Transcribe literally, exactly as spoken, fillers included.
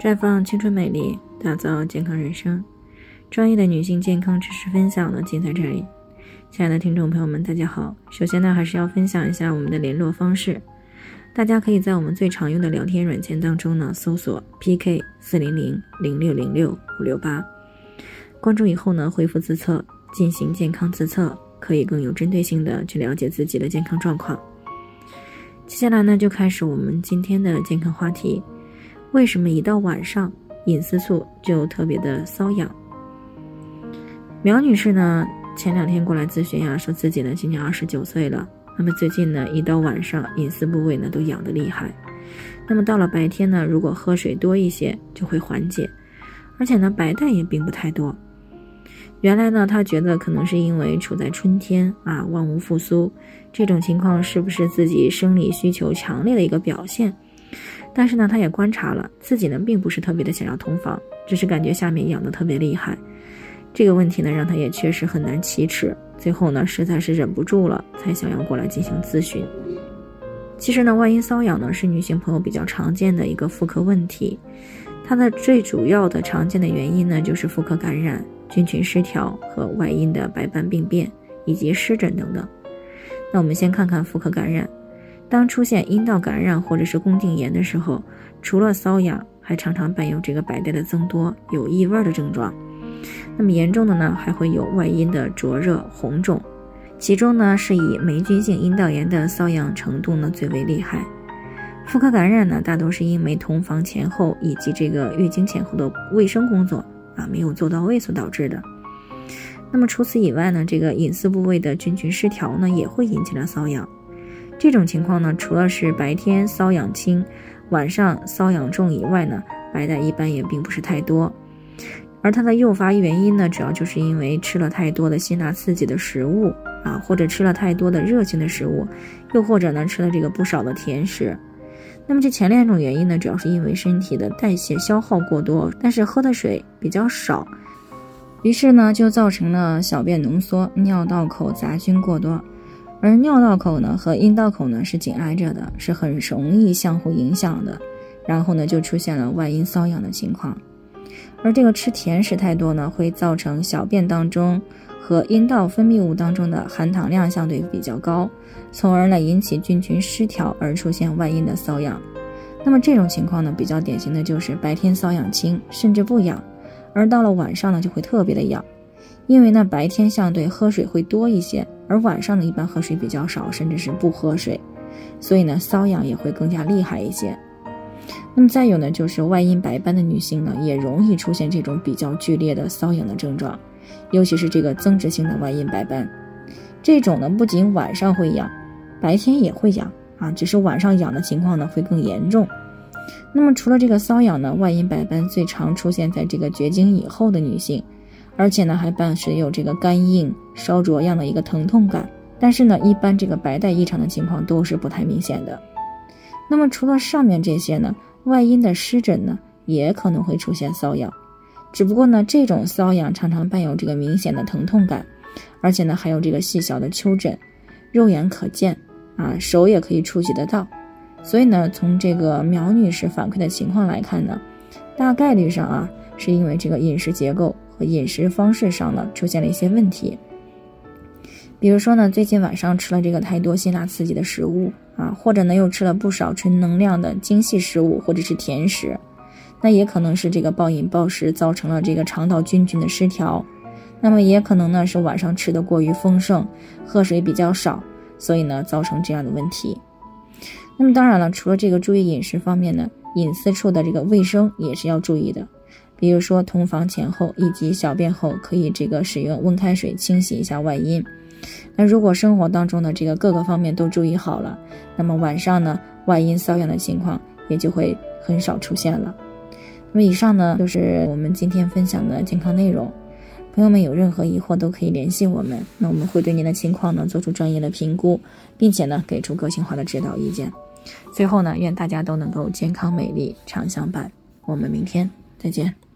绽放青春美丽，打造健康人生。专业的女性健康知识分享呢，尽在这里。亲爱的听众朋友们，大家好。首先呢，还是要分享一下我们的联络方式。大家可以在我们最常用的聊天软件当中呢，搜索 P K 四零零 零六零六 五六八，关注以后呢，回复自测进行健康自测，可以更有针对性的去了解自己的健康状况。接下来呢，就开始我们今天的健康话题。为什么一到晚上隐私处就特别的瘙痒？苗女士呢，前两天过来咨询呀，说自己呢今年二十九岁了，那么最近呢一到晚上隐私部位呢都痒得厉害，那么到了白天呢，如果喝水多一些就会缓解，而且呢白带也并不太多。原来呢她觉得可能是因为处在春天啊，万物复苏，这种情况是不是自己生理需求强烈的一个表现？但是呢她也观察了自己呢并不是特别的想要同房，只是感觉下面痒得特别厉害。这个问题呢让她也确实很难启齿，最后呢实在是忍不住了，才想要过来进行咨询。其实呢外阴瘙痒呢是女性朋友比较常见的一个妇科问题，它的最主要的常见的原因呢就是妇科感染、菌群失调和外阴的白斑病变以及湿疹等等。那我们先看看妇科感染。当出现阴道感染或者是宫颈炎的时候，除了瘙痒，还常常伴有这个白带的增多、有异味的症状。那么严重的呢，还会有外阴的灼热、红肿，其中呢是以霉菌性阴道炎的瘙痒程度呢最为厉害。妇科感染呢，大多是因为同房前后以及这个月经前后的卫生工作啊没有做到位所导致的。那么除此以外呢，这个隐私部位的菌群失调呢，也会引起了瘙痒。这种情况呢，除了是白天瘙痒轻，晚上瘙痒重以外呢，白带一般也并不是太多。而它的诱发原因呢，主要就是因为吃了太多的辛辣刺激的食物啊，或者吃了太多的热性的食物，又或者呢吃了这个不少的甜食。那么这前两种原因呢，主要是因为身体的代谢消耗过多，但是喝的水比较少，于是呢就造成了小便浓缩、尿道口杂菌过多。而尿道口呢和阴道口呢是紧挨着的，是很容易相互影响的，然后呢就出现了外阴瘙痒的情况。而这个吃甜食太多呢，会造成小便当中和阴道分泌物当中的含糖量相对比较高，从而呢引起菌群失调而出现外阴的瘙痒。那么这种情况呢，比较典型的就是白天瘙痒轻，甚至不痒，而到了晚上呢就会特别的痒。因为呢白天相对喝水会多一些，而晚上呢一般喝水比较少，甚至是不喝水，所以呢瘙痒也会更加厉害一些。那么再有呢，就是外阴白斑的女性呢，也容易出现这种比较剧烈的瘙痒的症状，尤其是这个增殖性的外阴白斑。这种呢不仅晚上会痒，白天也会痒啊，只是晚上痒的情况呢会更严重。那么除了这个瘙痒呢，外阴白斑最常出现在这个绝经以后的女性，而且呢还伴随有这个干硬、烧灼样的一个疼痛感，但是呢一般这个白带异常的情况都是不太明显的。那么除了上面这些呢，外阴的湿疹呢也可能会出现瘙痒，只不过呢这种瘙痒常常伴有这个明显的疼痛感，而且呢还有这个细小的丘疹，肉眼可见啊，手也可以触及得到。所以呢从这个苗女士反馈的情况来看呢，大概率上啊是因为这个饮食结构和饮食方式上呢出现了一些问题。比如说呢，最近晚上吃了这个太多辛辣刺激的食物啊，或者呢又吃了不少纯能量的精细食物或者是甜食，那也可能是这个暴饮暴食造成了这个肠道菌群的失调，那么也可能呢是晚上吃的过于丰盛，喝水比较少，所以呢造成这样的问题。那么当然了，除了这个注意饮食方面呢，隐私处的这个卫生也是要注意的。比如说同房前后以及小便后可以这个使用温开水清洗一下外阴。那如果生活当中的这个各个方面都注意好了，那么晚上呢外阴瘙痒的情况也就会很少出现了。那么以上呢就是我们今天分享的健康内容，朋友们有任何疑惑都可以联系我们，那我们会对您的情况呢做出专业的评估，并且呢给出个性化的指导意见。最后呢，愿大家都能够健康美丽常相伴。我们明天再见。